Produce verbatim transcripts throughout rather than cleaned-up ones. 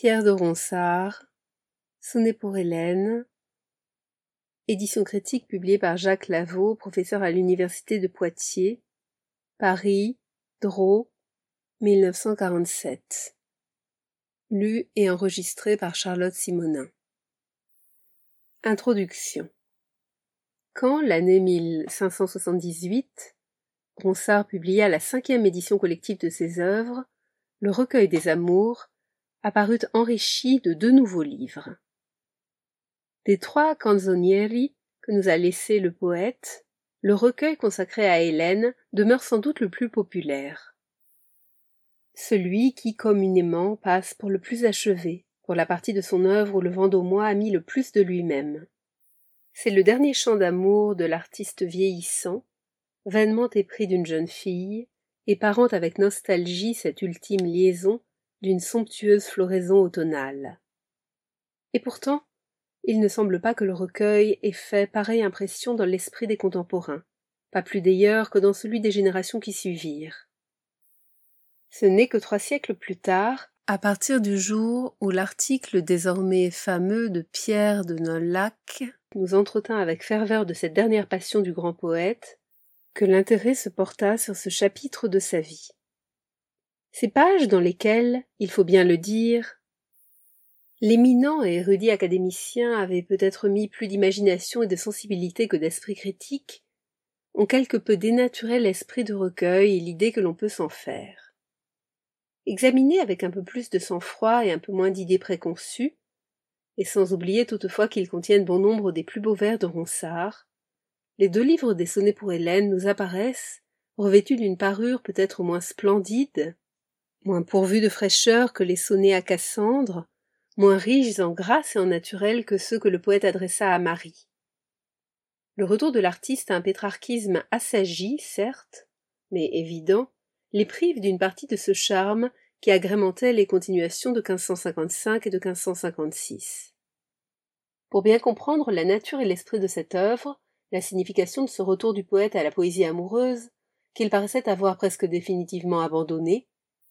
Pierre de Ronsard, Sonnet pour Hélène, édition critique publiée par Jacques Lavaux, professeur à l'université de Poitiers, Paris, Drault, mille neuf cent quarante-sept. Lu et enregistré par Charlotte Simonin. Introduction. Quand, l'année mille cinq cent soixante-dix-huit, Ronsard publia la cinquième édition collective de ses œuvres, le recueil des amours apparut enrichi de deux nouveaux livres. Des trois canzonieri que nous a laissés le poète, le recueil consacré à Hélène demeure sans doute le plus populaire. Celui qui communément passe pour le plus achevé, pour la partie de son œuvre où le Vendômois a mis le plus de lui-même. C'est le dernier chant d'amour de l'artiste vieillissant, vainement épris d'une jeune fille, et parant avec nostalgie cette ultime liaison d'une somptueuse floraison automnale. Et pourtant, il ne semble pas que le recueil ait fait pareille impression dans l'esprit des contemporains, pas plus d'ailleurs que dans celui des générations qui suivirent. Ce n'est que trois siècles plus tard, à partir du jour où l'article désormais fameux de Pierre de Nolhac nous entretint avec ferveur de cette dernière passion du grand poète, que l'intérêt se porta sur ce chapitre de sa vie. Ces pages dans lesquelles, il faut bien le dire, l'éminent et érudit académicien avait peut-être mis plus d'imagination et de sensibilité que d'esprit critique, ont quelque peu dénaturé l'esprit de recueil et l'idée que l'on peut s'en faire. Examinés avec un peu plus de sang-froid et un peu moins d'idées préconçues, et sans oublier toutefois qu'ils contiennent bon nombre des plus beaux vers de Ronsard, les deux livres des sonnets pour Hélène nous apparaissent, revêtus d'une parure peut-être moins splendide, moins pourvus de fraîcheur que les sonnets à Cassandre, moins riches en grâce et en naturel que ceux que le poète adressa à Marie. Le retour de l'artiste à un pétrarchisme assagi, certes, mais évident, les prive d'une partie de ce charme qui agrémentait les continuations de quinze cent cinquante-cinq et de quinze cent cinquante-six. Pour bien comprendre la nature et l'esprit de cette œuvre, la signification de ce retour du poète à la poésie amoureuse, qu'il paraissait avoir presque définitivement abandonné,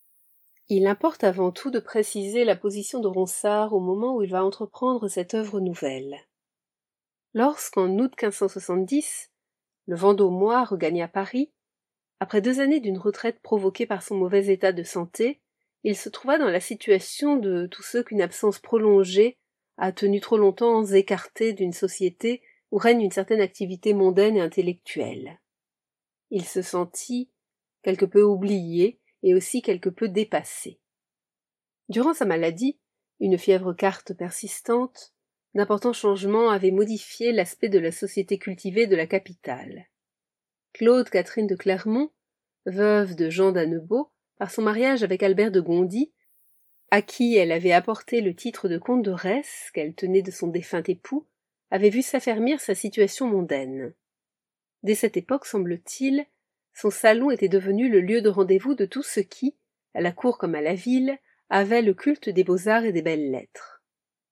il importe avant tout de préciser la position de Ronsard au moment où il va entreprendre cette œuvre nouvelle. Lorsqu'en août quinze cent soixante-dix, le Vendômois regagna Paris, après deux années d'une retraite provoquée par son mauvais état de santé, il se trouva dans la situation de tous ceux qu'une absence prolongée a tenu trop longtemps écartés d'une société où règne une certaine activité mondaine et intellectuelle. Il se sentit quelque peu oublié et aussi quelque peu dépassé. Durant sa maladie, une fièvre carte persistante, d'importants changements avaient modifié l'aspect de la société cultivée de la capitale. Claude Catherine de Clermont, veuve de Jean d'Annebault, par son mariage avec Albert de Gondi, à qui elle avait apporté le titre de comte de Retz qu'elle tenait de son défunt époux, avait vu s'affermir sa situation mondaine. Dès cette époque, semble-t-il, son salon était devenu le lieu de rendez-vous de tous ceux qui, à la cour comme à la ville, avaient le culte des beaux-arts et des belles-lettres.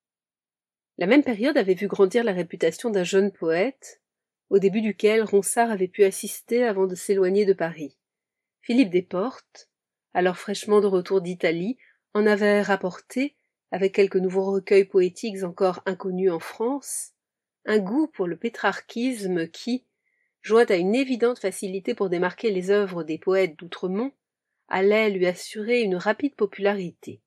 La même période avait vu grandir la réputation d'un jeune poète, au début duquel Ronsard avait pu assister avant de s'éloigner de Paris. Philippe Desportes, alors fraîchement de retour d'Italie, en avait rapporté, avec quelques nouveaux recueils poétiques encore inconnus en France, un goût pour le pétrarchisme qui, joint à une évidente facilité pour démarquer les œuvres des poètes d'Outremont, allait lui assurer une rapide popularité.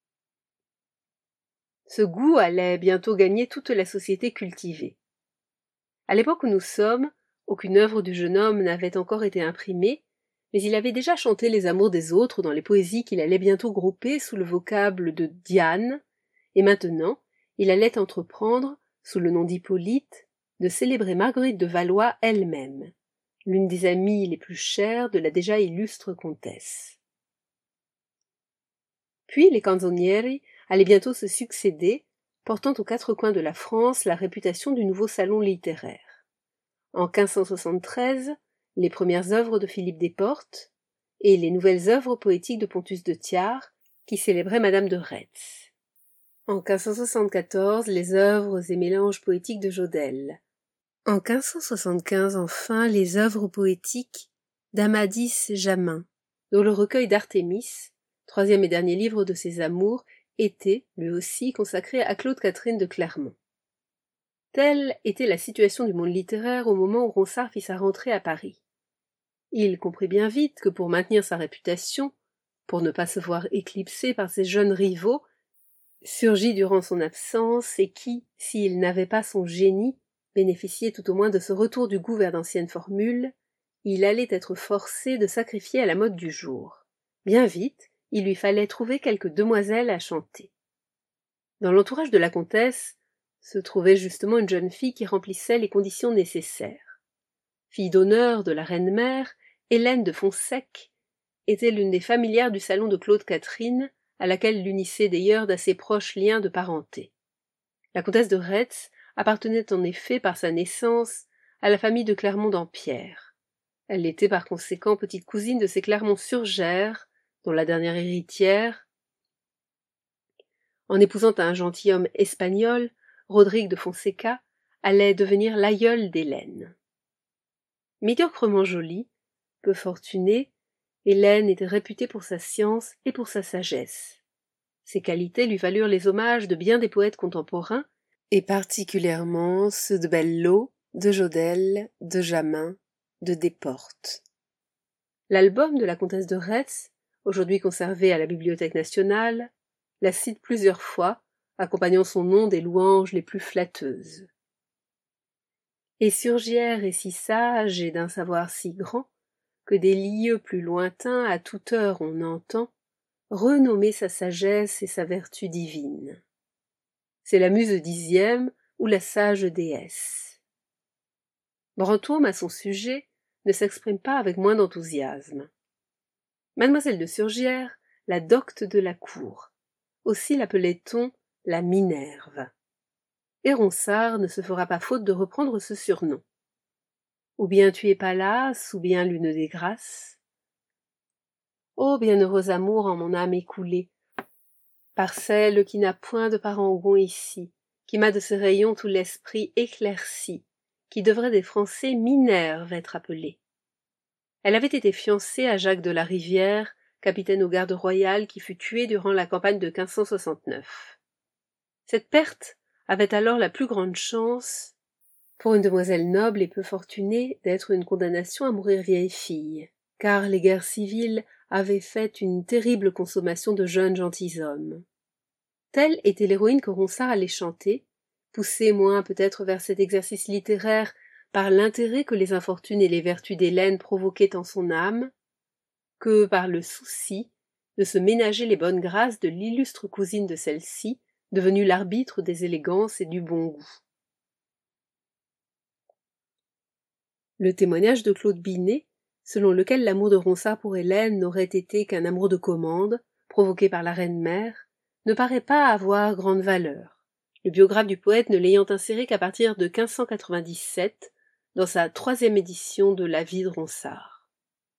Ce goût allait bientôt gagner toute la société cultivée. À l'époque où nous sommes, aucune œuvre du jeune homme n'avait encore été imprimée, mais il avait déjà chanté les amours des autres dans les poésies qu'il allait bientôt grouper sous le vocable de Diane, et maintenant il allait entreprendre, sous le nom d'Hippolyte, de célébrer Marguerite de Valois elle-même, l'une des amies les plus chères de la déjà illustre comtesse. Puis les canzonieri allaient bientôt se succéder, portant aux quatre coins de la France la réputation du nouveau salon littéraire. En quinze cent soixante-treize, les premières œuvres de Philippe Desportes et les nouvelles œuvres poétiques de Pontus de Thiard, qui célébraient Madame de Retz. En quinze cent soixante-quatorze, les œuvres et mélanges poétiques de Jodelle. En quinze cent soixante-quinze, enfin, les œuvres poétiques d'Amadis Jamin, dont le recueil d'Artémis, troisième et dernier livre de ses amours, était, lui aussi, consacré à Claude Catherine de Clermont. Telle était la situation du monde littéraire au moment où Ronsard fit sa rentrée à Paris. Il comprit bien vite que pour maintenir sa réputation, pour ne pas se voir éclipsé par ses jeunes rivaux, surgis durant son absence et qui, s'il n'avait pas son génie, bénéficiait tout au moins de ce retour du goût vers d'anciennes formules, il allait être forcé de sacrifier à la mode du jour. Bien vite, il lui fallait trouver quelques demoiselles à chanter. Dans l'entourage de la comtesse se trouvait justement une jeune fille qui remplissait les conditions nécessaires. Fille d'honneur de la reine-mère, Hélène de Fonseca était l'une des familières du salon de Claude Catherine, à laquelle l'unissaient d'ailleurs d'assez proches liens de parenté. La comtesse de Retz appartenait en effet par sa naissance à la famille de Clermont dampierre. Elle était par conséquent petite cousine de ces Clermont-Surgères, dont la dernière héritière, en épousant un gentilhomme espagnol, Rodrigue de Fonseca, allait devenir l'aïeule d'Hélène. Médiocrement jolie, peu fortunée, Hélène était réputée pour sa science et pour sa sagesse. Ces qualités lui valurent les hommages de bien des poètes contemporains, et particulièrement ceux de Bellot, de Jodelle, de Jamin, de Desportes. L'album de la comtesse de Retz, aujourd'hui conservé à la Bibliothèque nationale, la cite plusieurs fois, accompagnant son nom des louanges les plus flatteuses. Et Surgière est si sage et d'un savoir si grand, que des lieux plus lointains à toute heure on entend renommer sa sagesse et sa vertu divine. C'est la muse dixième ou la sage déesse. Brantôme, à son sujet, ne s'exprime pas avec moins d'enthousiasme. Mademoiselle de Surgière, la docte de la cour, aussi l'appelait-on la Minerve. Et Ronsard ne se fera pas faute de reprendre ce surnom. Ou bien tu es Pallas, ou bien l'une des grâces. Ô bienheureux amour en mon âme écoulée, par celle qui n'a point de parangon ici, qui m'a de ses rayons tout l'esprit éclairci, qui devrait des Français Minerve être appelée. Elle avait été fiancée à Jacques de la Rivière, capitaine aux gardes royales qui fut tué durant la campagne de quinze cent soixante-neuf. Cette perte avait alors la plus grande chance, pour une demoiselle noble et peu fortunée, d'être une condamnation à mourir vieille fille, car les guerres civiles avaient fait une terrible consommation de jeunes gentilshommes. Telle était l'héroïne que Ronsard allait chanter, poussé moins peut-être vers cet exercice littéraire par l'intérêt que les infortunes et les vertus d'Hélène provoquaient en son âme, que par le souci de se ménager les bonnes grâces de l'illustre cousine de celle-ci, devenue l'arbitre des élégances et du bon goût. Le témoignage de Claude Binet, selon lequel l'amour de Ronsard pour Hélène n'aurait été qu'un amour de commande, provoqué par la reine-mère, ne paraît pas avoir grande valeur, le biographe du poète ne l'ayant inséré qu'à partir de quinze cent quatre-vingt-dix-sept, dans sa troisième édition de La vie de Ronsard.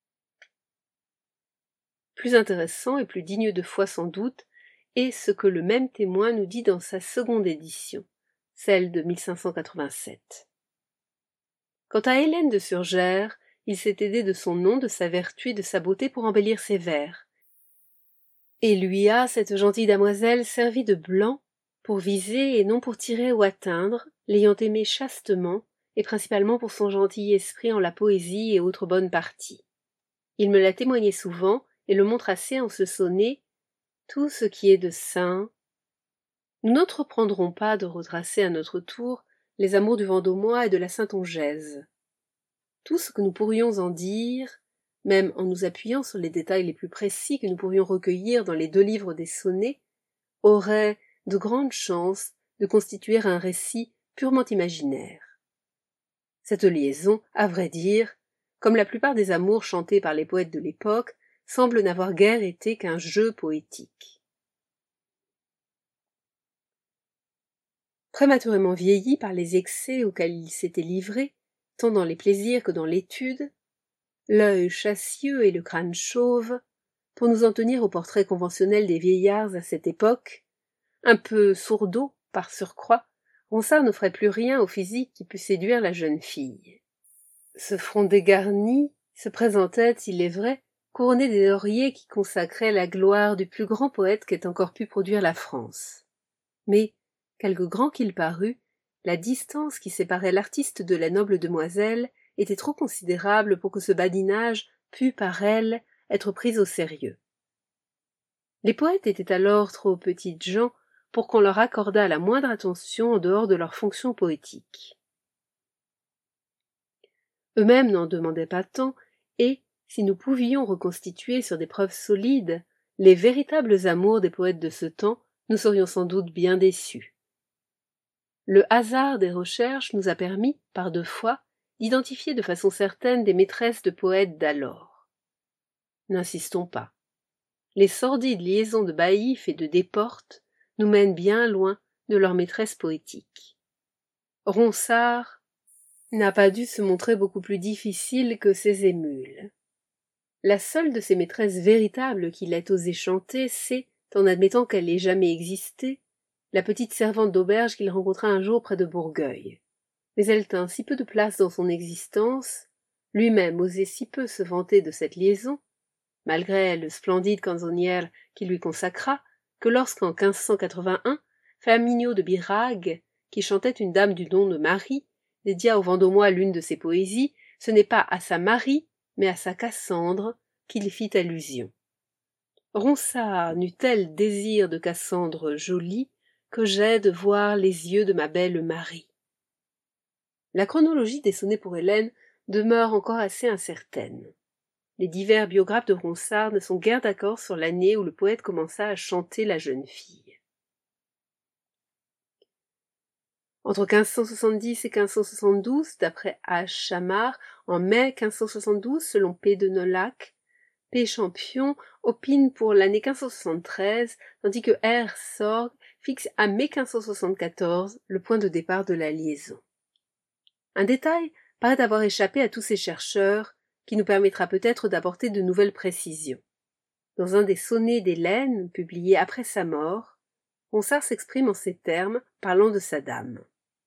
Plus intéressant et plus digne de foi sans doute est ce que le même témoin nous dit dans sa seconde édition, celle de mille cinq cent quatre-vingt-sept. Quant à Hélène de Surgères, il s'est aidé de son nom, de sa vertu et de sa beauté pour embellir ses vers, et lui a, cette gentille damoiselle, servi de blanc pour viser et non pour tirer ou atteindre, l'ayant aimé chastement, et principalement pour son gentil esprit en la poésie et autres bonnes parties. Il me l'a témoigné souvent, et le montre assez en ce sonnet « Tout ce qui est de saint ». Nous n'entreprendrons pas de retracer à notre tour les amours du Vendômois et de la Saintongeaise. Tout ce que nous pourrions en dire, même en nous appuyant sur les détails les plus précis que nous pourrions recueillir dans les deux livres des sonnets, aurait de grandes chances de constituer un récit purement imaginaire. Cette liaison, à vrai dire, comme la plupart des amours chantés par les poètes de l'époque, semble n'avoir guère été qu'un jeu poétique. Prématurément vieilli par les excès auxquels il s'était livré, tant dans les plaisirs que dans l'étude, l'œil chassieux et le crâne chauve, pour nous en tenir au portrait conventionnel des vieillards à cette époque, un peu sourdeau par surcroît, Ronsard n'offrait plus rien au physique qui pût séduire la jeune fille. Ce front dégarni se présentait, il est vrai, couronné des lauriers qui consacraient la gloire du plus grand poète qu'ait encore pu produire la France. Mais, quelque grand qu'il parût, la distance qui séparait l'artiste de la noble demoiselle était trop considérable pour que ce badinage pût par elle être pris au sérieux. Les poètes étaient alors trop petites gens pour qu'on leur accordât la moindre attention en dehors de leurs fonctions poétiques. Eux-mêmes n'en demandaient pas tant, et, si nous pouvions reconstituer sur des preuves solides les véritables amours des poètes de ce temps, nous serions sans doute bien déçus. Le hasard des recherches nous a permis, par deux fois, d'identifier de façon certaine des maîtresses de poètes d'alors. N'insistons pas. Les sordides liaisons de Baïf et de Desportes nous mènent bien loin de leur maîtresse poétique. Ronsard n'a pas dû se montrer beaucoup plus difficile que ses émules. La seule de ses maîtresses véritables qu'il ait osé chanter, c'est, en admettant qu'elle ait jamais existé, la petite servante d'auberge qu'il rencontra un jour près de Bourgueil. Mais elle tint si peu de place dans son existence, lui-même osait si peu se vanter de cette liaison, malgré le splendide canzonière qu'il lui consacra, que lorsqu'en quinze cent quatre-vingt-un, Flaminio de Birague, qui chantait une dame du nom de Marie, dédia au Vendômois l'une de ses poésies, ce n'est pas à sa Marie, mais à sa Cassandre qu'il fit allusion. Ronsard n'eut tel désir de Cassandre jolie que j'ai de voir les yeux de ma belle Marie. La chronologie des sonnets pour Hélène demeure encore assez incertaine. Les divers biographes de Ronsard ne sont guère d'accord sur l'année où le poète commença à chanter la jeune fille. Entre quinze cent soixante-dix et quinze cent soixante-douze, d'après H. Chamard, en mai quinze cent soixante-douze, selon P. de Nolac, P. Champion opine pour l'année quinze cent soixante-treize, tandis que R. Sorgue fixe à mai quinze cent soixante-quatorze le point de départ de la liaison. Un détail paraît avoir échappé à tous ces chercheurs, qui nous permettra peut-être d'apporter de nouvelles précisions. Dans un des sonnets d'Hélène, publié après sa mort, Ronsard s'exprime en ces termes, parlant de sa dame.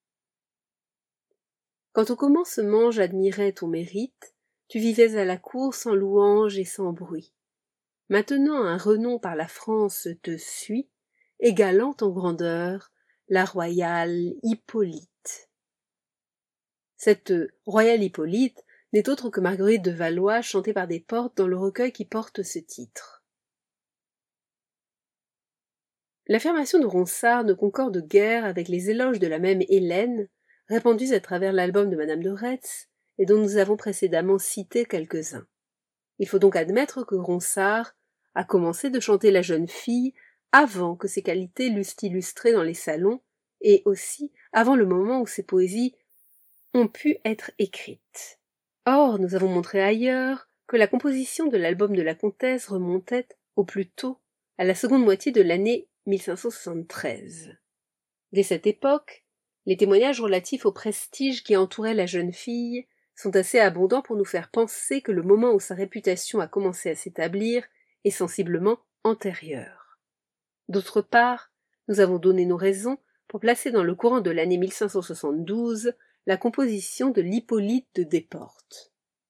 Quand au commencement j'admirais ton mérite, tu vivais à la cour sans louange et sans bruit. Maintenant un renom par la France te suit, égalant en grandeur la royale Hippolyte. Cette royale Hippolyte n'est autre que Marguerite de Valois chantée par Desportes dans le recueil qui porte ce titre. L'affirmation de Ronsard ne concorde guère avec les éloges de la même Hélène, répandus à travers l'album de Madame de Retz, et dont nous avons précédemment cité quelques-uns. Il faut donc admettre que Ronsard a commencé de chanter la jeune fille avant que ses qualités l'eussent illustrée dans les salons, et aussi avant le moment où ses poésies ont pu être écrites. Or, nous avons montré ailleurs que la composition de l'album de la comtesse remontait, au plus tôt, à la seconde moitié de l'année mille cinq cent soixante-treize. Dès cette époque, les témoignages relatifs au prestige qui entourait la jeune fille sont assez abondants pour nous faire penser que le moment où sa réputation a commencé à s'établir est sensiblement antérieur. D'autre part, nous avons donné nos raisons pour placer dans le courant de l'année mille cinq cent soixante-douze la composition de l'Hippolyte de Desportes.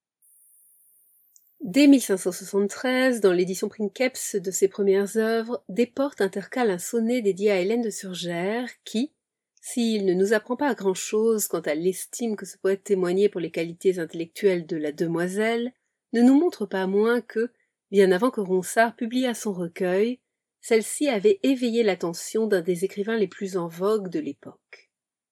Dès mille cinq cent soixante-treize, dans l'édition Princeps de ses premières œuvres, Desportes intercale un sonnet dédié à Hélène de Surgères qui, s'il ne nous apprend pas grand-chose quant à l'estime que ce poète témoignait pour les qualités intellectuelles de la demoiselle, ne nous montre pas moins que, bien avant que Ronsard publiât son recueil, celle-ci avait éveillé l'attention d'un des écrivains les plus en vogue de l'époque.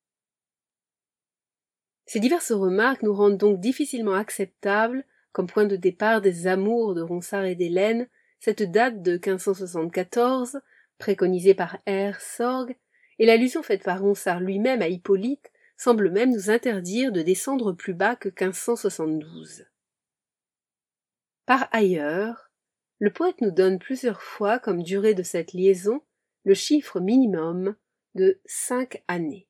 Ces diverses remarques nous rendent donc difficilement acceptables, comme point de départ des amours de Ronsard et d'Hélène, cette date de quinze cent soixante-quatorze, préconisée par R. Sorgue, et l'allusion faite par Ronsard lui-même à Hippolyte semble même nous interdire de descendre plus bas que quinze cent soixante-douze. Par ailleurs, le poète nous donne plusieurs fois comme durée de cette liaison le chiffre minimum de cinq années.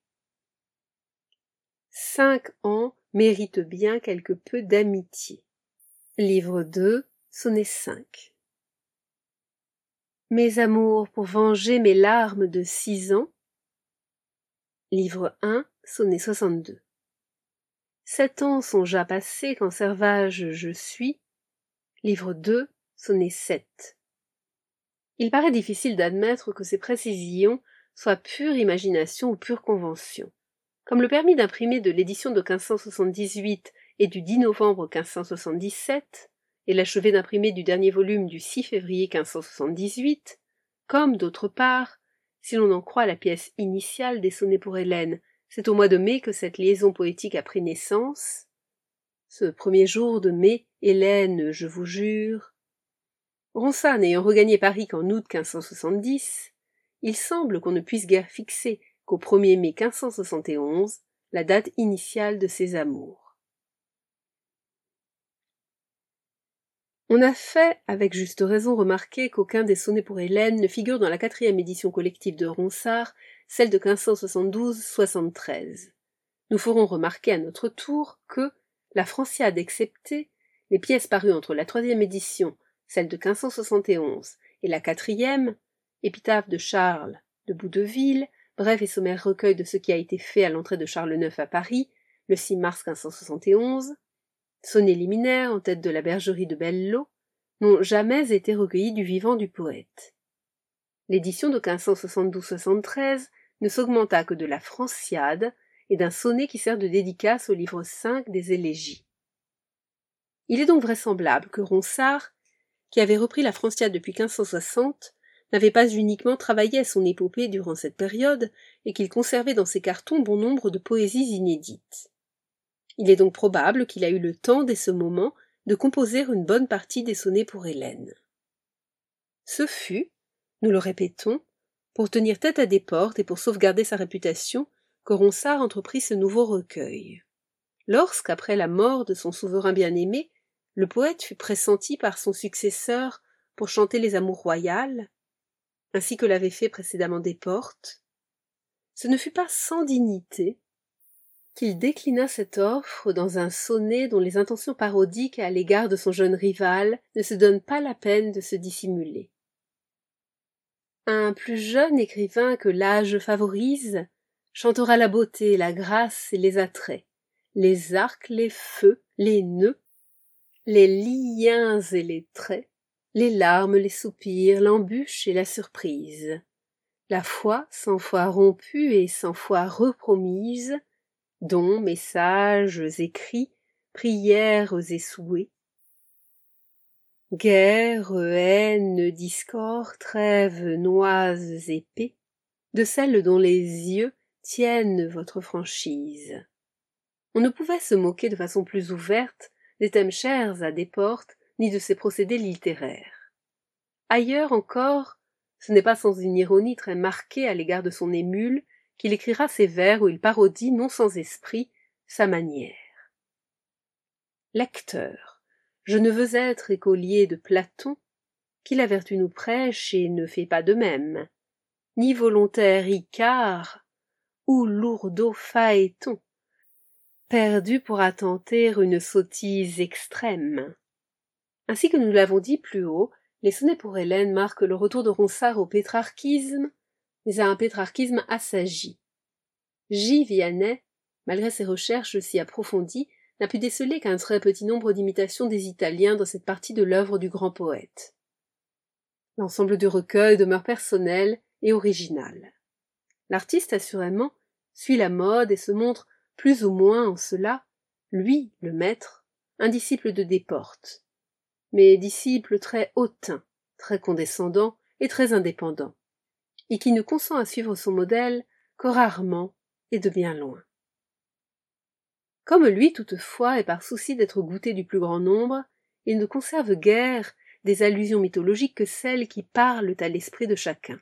Cinq ans méritent bien quelque peu d'amitié. Livre deux, sonnet cinq. Mes amours pour venger mes larmes de six ans. Livre un, sonnet soixante-deux. Sept ans sont já passés quand servage je suis. Livre deux, sonnet sept. Il paraît difficile d'admettre que ces précisions soient pure imagination ou pure convention. Comme le permis d'imprimé de l'édition de quinze cent soixante-dix-huit et du dix novembre quinze cent soixante-dix-sept, et l'achevé d'imprimer du dernier volume du six février quinze cent soixante-dix-huit, comme, d'autre part, si l'on en croit la pièce initiale des sonnets pour Hélène, c'est au mois de mai que cette liaison poétique a pris naissance. Ce premier jour de mai, Hélène, je vous jure. Ronsard n'ayant regagné Paris qu'en août quinze cent soixante-dix, il semble qu'on ne puisse guère fixer qu'au premier mai quinze cent soixante et onze la date initiale de ses amours. On a fait, avec juste raison, remarquer qu'aucun des sonnets pour Hélène ne figure dans la quatrième édition collective de Ronsard, celle de quinze cent soixante-douze soixante-treize. Nous ferons remarquer à notre tour que, la Franciade exceptée, les pièces parues entre la troisième édition, celle de quinze cent soixante et onze, et la quatrième, épitaphe de Charles de Boudeville, bref et sommaire recueil de ce qui a été fait à l'entrée de Charles neuf à Paris, le six mars quinze cent soixante et onze, sonnet liminaire en tête de la bergerie de Belle-Lô, n'ont jamais été recueillis du vivant du poète. L'édition de quinze cent soixante-douze soixante-treize ne s'augmenta que de la Franciade et d'un sonnet qui sert de dédicace au livre cinq des élégies. Il est donc vraisemblable que Ronsard, qui avait repris la Franciade depuis quinze cent soixante, n'avait pas uniquement travaillé à son épopée durant cette période, et qu'il conservait dans ses cartons bon nombre de poésies inédites. Il est donc probable qu'il a eu le temps, dès ce moment, de composer une bonne partie des sonnets pour Hélène. Ce fut, nous le répétons, pour tenir tête à Desportes et pour sauvegarder sa réputation, que Ronsard entreprit ce nouveau recueil. Lorsqu'après la mort de son souverain bien-aimé, le poète fut pressenti par son successeur pour chanter les amours royales, ainsi que l'avait fait précédemment Desportes, ce ne fut pas sans dignité qu'il déclina cette offre dans un sonnet dont les intentions parodiques à l'égard de son jeune rival ne se donnent pas la peine de se dissimuler. Un plus jeune écrivain que l'âge favorise chantera la beauté, la grâce et les attraits, les arcs, les feux, les nœuds, les liens et les traits, les larmes, les soupirs, l'embûche et la surprise, la foi cent fois rompue et cent fois repromise, dons, messages, écrits, prières et souhaits, guerre, haine, discord, trêves, noises et paix, de celles dont les yeux tiennent votre franchise. On ne pouvait se moquer de façon plus ouverte des thèmes chers à Desportes, ni de ses procédés littéraires. Ailleurs encore, ce n'est pas sans une ironie très marquée à l'égard de son émule qu'il écrira ces vers où il parodie, non sans esprit, sa manière. Lecteur, je ne veux être écolier de Platon, qui la vertu nous prêche et ne fait pas de même, ni volontaire Icare, ou lourdeau Phaéton, perdu pour attenter une sottise extrême. Ainsi que nous l'avons dit plus haut, les sonnets pour Hélène marquent le retour de Ronsard au pétrarchisme, mais à un pétrarchisme assagi. J. Vianney, malgré ses recherches si approfondies, n'a pu déceler qu'un très petit nombre d'imitations des Italiens dans cette partie de l'œuvre du grand poète. L'ensemble du recueil demeure personnel et original. L'artiste, assurément, suit la mode et se montre plus ou moins en cela, lui, le maître, un disciple de Desportes, mais disciple très hautain, très condescendant et très indépendant, et qui ne consent à suivre son modèle que rarement et de bien loin. Comme lui, toutefois, et par souci d'être goûté du plus grand nombre, il ne conserve guère des allusions mythologiques que celles qui parlent à l'esprit de chacun.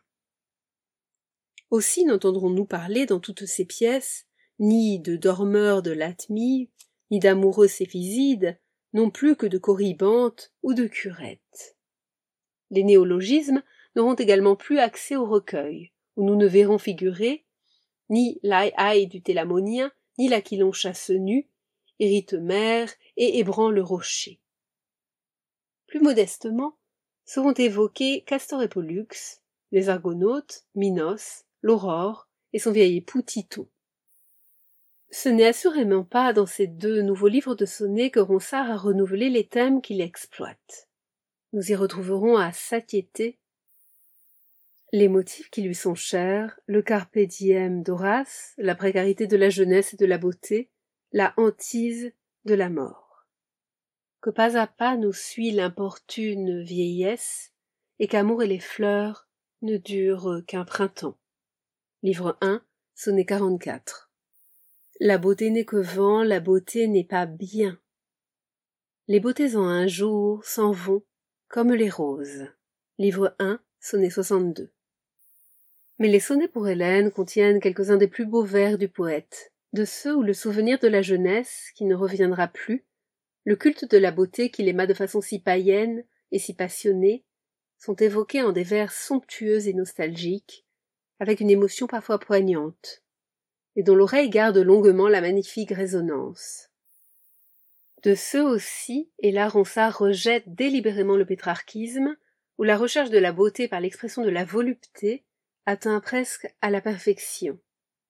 Aussi n'entendrons-nous parler dans toutes ces pièces ni de dormeurs de Latmie, ni d'amoureux céphysides, non plus que de corybantes ou de curettes. Les néologismes n'auront également plus accès au recueil, où nous ne verrons figurer ni l'aïe-aïe du Télamonien, ni l'aquilon chasse-nu, hérite-mer et ébranle le rocher. Plus modestement, seront évoqués Castor et Pollux, les Argonautes, Minos, l'Aurore et son vieil époux Tito. Ce n'est assurément pas dans ces deux nouveaux livres de sonnets que Ronsard a renouvelé les thèmes qu'il exploite. Nous y retrouverons à satiété les motifs qui lui sont chers, le carpe diem d'Horace, la précarité de la jeunesse et de la beauté, la hantise de la mort. Que pas à pas nous suit l'importune vieillesse, et qu'amour et les fleurs ne durent qu'un printemps. Livre un, sonnet quarante-quatre. La beauté n'est que vent, la beauté n'est pas bien. Les beautés en un jour s'en vont, comme les roses. Livre un, sonnet soixante-deux. Mais les sonnets pour Hélène contiennent quelques-uns des plus beaux vers du poète, de ceux où le souvenir de la jeunesse, qui ne reviendra plus, le culte de la beauté qu'il aima de façon si païenne et si passionnée, sont évoqués en des vers somptueux et nostalgiques, avec une émotion parfois poignante, et dont l'oreille garde longuement la magnifique résonance. De ceux aussi, et là Ronsard rejette délibérément le pétrarchisme, où la recherche de la beauté par l'expression de la volupté atteint presque à la perfection.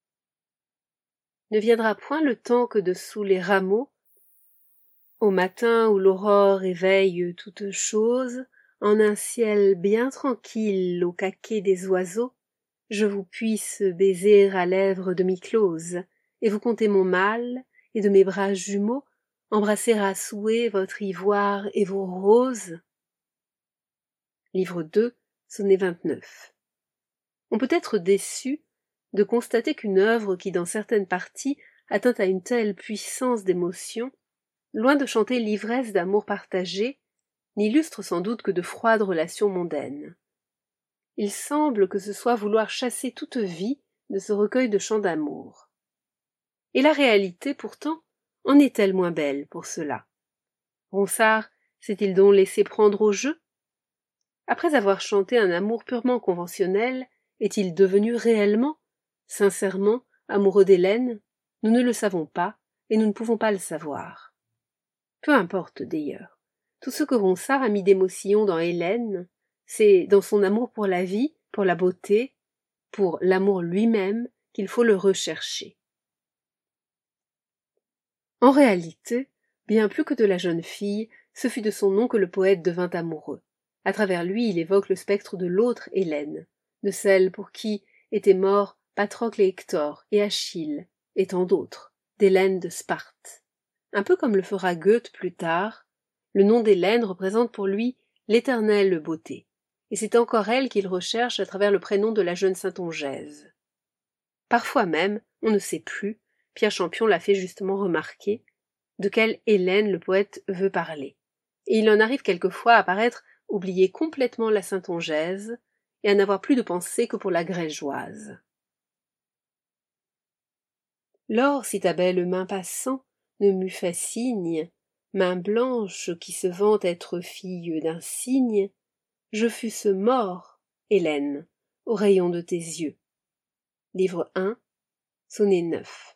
Ne viendra point le temps que dessous les rameaux, au matin où l'aurore éveille toutes choses, en un ciel bien tranquille au caquet des oiseaux, je vous puisse baiser à lèvres demi-closes, et vous conter mon mal, et de mes bras jumeaux, embrasser à souhait votre ivoire et vos roses. Livre deux, sonnet vingt-neuf. On peut être déçu de constater qu'une œuvre qui, dans certaines parties, atteint à une telle puissance d'émotion, loin de chanter l'ivresse d'amour partagé, n'illustre sans doute que de froides relations mondaines. Il semble que ce soit vouloir chasser toute vie de ce recueil de chants d'amour. Et la réalité, pourtant, en est-elle moins belle pour cela? Ronsard s'est-il donc laissé prendre au jeu? Après avoir chanté un amour purement conventionnel, est-il devenu réellement, sincèrement, amoureux d'Hélène? Nous ne le savons pas, et nous ne pouvons pas le savoir. Peu importe d'ailleurs. Tout ce que Ronsard a mis d'émotion dans Hélène, c'est dans son amour pour la vie, pour la beauté, pour l'amour lui-même, qu'il faut le rechercher. En réalité, bien plus que de la jeune fille, ce fut de son nom que le poète devint amoureux. À travers lui, il évoque le spectre de l'autre Hélène, de celle pour qui étaient morts Patrocle et Hector, et Achille, et tant d'autres, d'Hélène de Sparte. Un peu comme le fera Goethe plus tard, le nom d'Hélène représente pour lui l'éternelle beauté, et c'est encore elle qu'il recherche à travers le prénom de la jeune Saintongèse. Parfois même, on ne sait plus, Pierre Champion l'a fait justement remarquer, de quelle Hélène le poète veut parler, et il en arrive quelquefois à paraître oublier complètement la Saintongèse et à n'avoir plus de pensée que pour la Grégeoise. Lors si ta belle main passant ne m'eût fait signe, main blanche qui se vante être fille d'un cygne, je fusse mort, Hélène, au rayon de tes yeux. Livre un, sonnet neuf.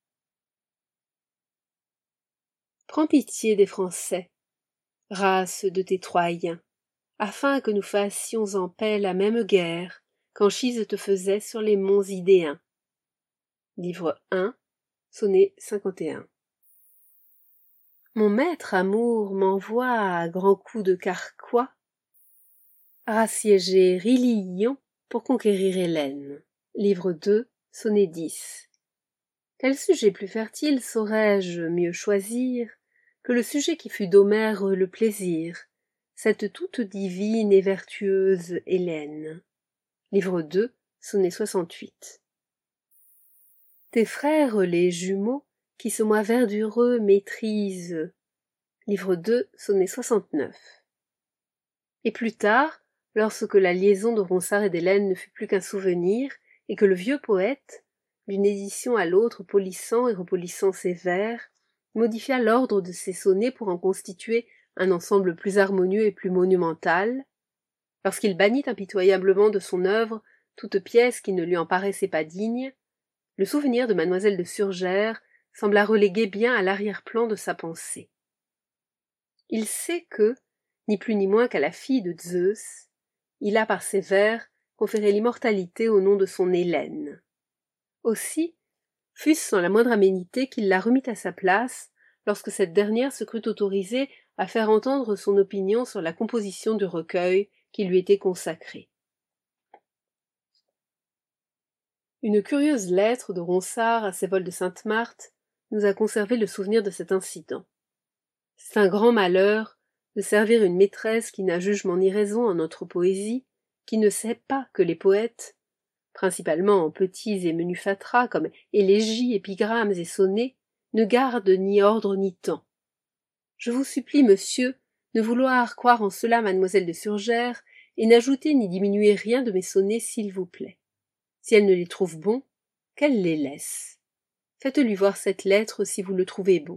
Prends pitié des Français, race de tes Troyens, afin que nous fassions en paix la même guerre qu'Anchise te faisait sur les monts Idéens. Livre un, sonnet cinquante et un. Mon maître amour m'envoie à grands coups de carquois rassiéger Ilion pour conquérir Hélène. Livre deux, sonnet dix. Quel sujet plus fertile saurais-je mieux choisir que le sujet qui fut d'Homère le plaisir, cette toute divine et vertueuse Hélène. Livre deux, sonnet soixante-huit. Tes frères les jumeaux, qui ce mois verdureux maîtrisent. Livre deux, sonnet soixante-neuf. Et plus tard, lorsque la liaison de Ronsard et d'Hélène ne fut plus qu'un souvenir, et que le vieux poète, d'une édition à l'autre polissant et repolissant ses vers, modifia l'ordre de ses sonnets pour en constituer un ensemble plus harmonieux et plus monumental, lorsqu'il bannit impitoyablement de son œuvre toute pièce qui ne lui en paraissait pas digne, le souvenir de mademoiselle de Surgères sembla relégué bien à l'arrière-plan de sa pensée. Il sait que, ni plus ni moins qu'à la fille de Zeus, il a par ses vers conféré l'immortalité au nom de son Hélène. Aussi, fût-ce sans la moindre aménité qu'il la remit à sa place, lorsque cette dernière se crut autorisée à faire entendre son opinion sur la composition du recueil qui lui était consacré. Une curieuse lettre de Ronsard à Sévol de Sainte-Marthe nous a conservé le souvenir de cet incident. C'est un grand malheur de servir une maîtresse qui n'a jugement ni raison en notre poésie, qui ne sait pas que les poètes, principalement en petits et menus fatras comme élégies, épigrammes et sonnets, ne gardent ni ordre ni temps. Je vous supplie, monsieur, de vouloir croire en cela mademoiselle de Surgères, et n'ajouter ni diminuer rien de mes sonnets, s'il vous plaît. Si elle ne les trouve bons, qu'elle les laisse. Faites-lui voir cette lettre si vous le trouvez bon.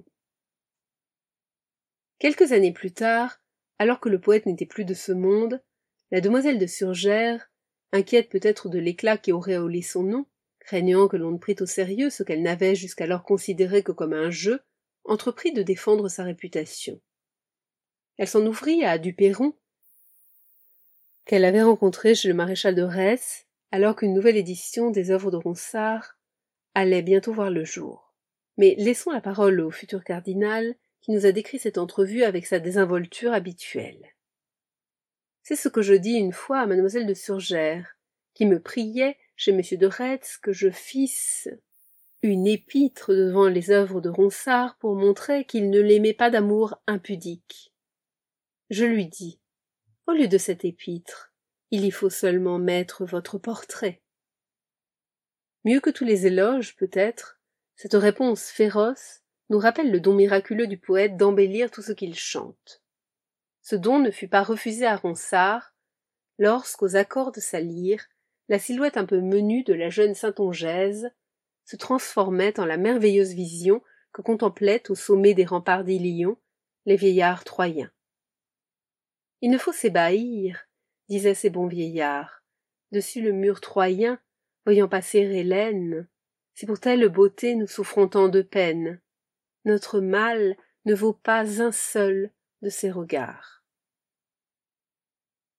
Quelques années plus tard, alors que le poète n'était plus de ce monde, la demoiselle de Surgères, inquiète peut-être de l'éclat qui auréolait son nom, craignant que l'on ne prît au sérieux ce qu'elle n'avait jusqu'alors considéré que comme un jeu, entreprit de défendre sa réputation. Elle s'en ouvrit à Duperron, qu'elle avait rencontré chez le maréchal de Retz, alors qu'une nouvelle édition des œuvres de Ronsard allait bientôt voir le jour. Mais laissons la parole au futur cardinal, qui nous a décrit cette entrevue avec sa désinvolture habituelle. C'est ce que je dis une fois à mademoiselle de Surgères, qui me priait, chez monsieur de Retz, que je fisse une épître devant les œuvres de Ronsard pour montrer qu'il ne l'aimait pas d'amour impudique. Je lui dis, au lieu de cette épître, il y faut seulement mettre votre portrait. Mieux que tous les éloges, peut-être, cette réponse féroce nous rappelle le don miraculeux du poète d'embellir tout ce qu'il chante. Ce don ne fut pas refusé à Ronsard, lorsqu'aux accords de sa lyre, la silhouette un peu menue de la jeune Saintongeaise se transformait en la merveilleuse vision que contemplaient au sommet des remparts d'Ilion les vieillards troyens. Il ne faut s'ébahir, disaient ces bons vieillards, dessus le mur troyen, voyant passer Hélène, si pour telle beauté nous souffrons tant de peine, notre mal ne vaut pas un seul de ses regards.